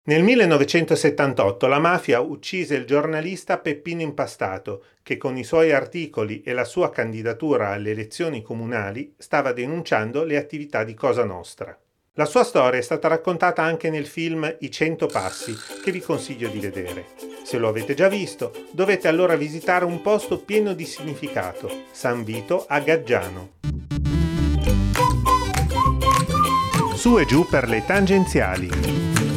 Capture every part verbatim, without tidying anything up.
Nel millenovecentosettantotto la mafia uccise il giornalista Peppino Impastato, che con i suoi articoli e la sua candidatura alle elezioni comunali stava denunciando le attività di Cosa Nostra. La sua storia è stata raccontata anche nel film I Cento Passi, che vi consiglio di vedere. Se lo avete già visto, dovete allora visitare un posto pieno di significato, San Vito a Gaggiano. Su e giù per le tangenziali.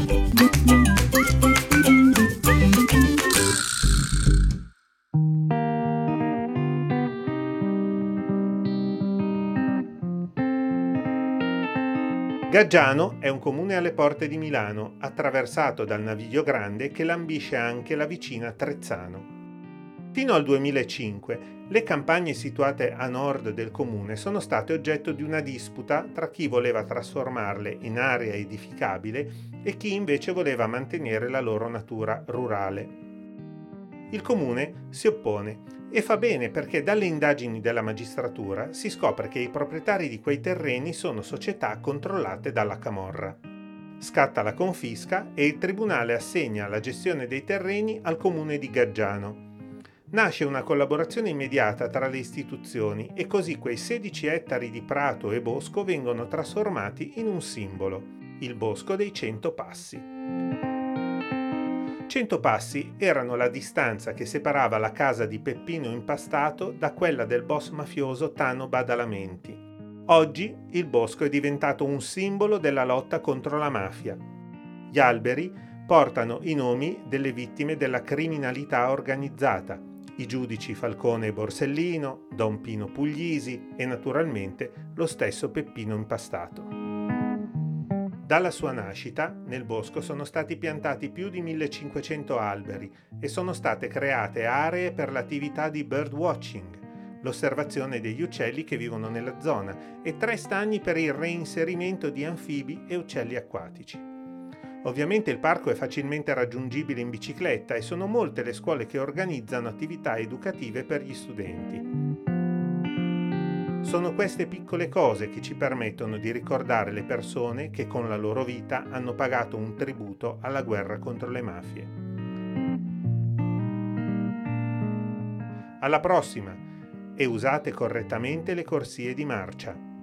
Gaggiano è un comune alle porte di Milano, attraversato dal Naviglio Grande che lambisce anche la vicina Trezzano. Fino al duemilacinque le campagne situate a nord del comune sono state oggetto di una disputa tra chi voleva trasformarle in area edificabile e chi invece voleva mantenere la loro natura rurale. Il comune si oppone e fa bene, perché dalle indagini della magistratura si scopre che i proprietari di quei terreni sono società controllate dalla camorra. Scatta la confisca e il tribunale assegna la gestione dei terreni al comune di Gaggiano. Nasce una collaborazione immediata tra le istituzioni e così quei sedici ettari di prato e bosco vengono trasformati in un simbolo, il Bosco dei Cento Passi. Cento passi erano la distanza che separava la casa di Peppino Impastato da quella del boss mafioso Tano Badalamenti. Oggi il bosco è diventato un simbolo della lotta contro la mafia. Gli alberi portano i nomi delle vittime della criminalità organizzata, i giudici Falcone e Borsellino, Don Pino Puglisi e naturalmente lo stesso Peppino Impastato. Dalla sua nascita, nel bosco sono stati piantati più di millecinquecento alberi e sono state create aree per l'attività di birdwatching, l'osservazione degli uccelli che vivono nella zona, e tre stagni per il reinserimento di anfibi e uccelli acquatici. Ovviamente il parco è facilmente raggiungibile in bicicletta e sono molte le scuole che organizzano attività educative per gli studenti. Sono queste piccole cose che ci permettono di ricordare le persone che con la loro vita hanno pagato un tributo alla guerra contro le mafie. Alla prossima, e usate correttamente le corsie di marcia.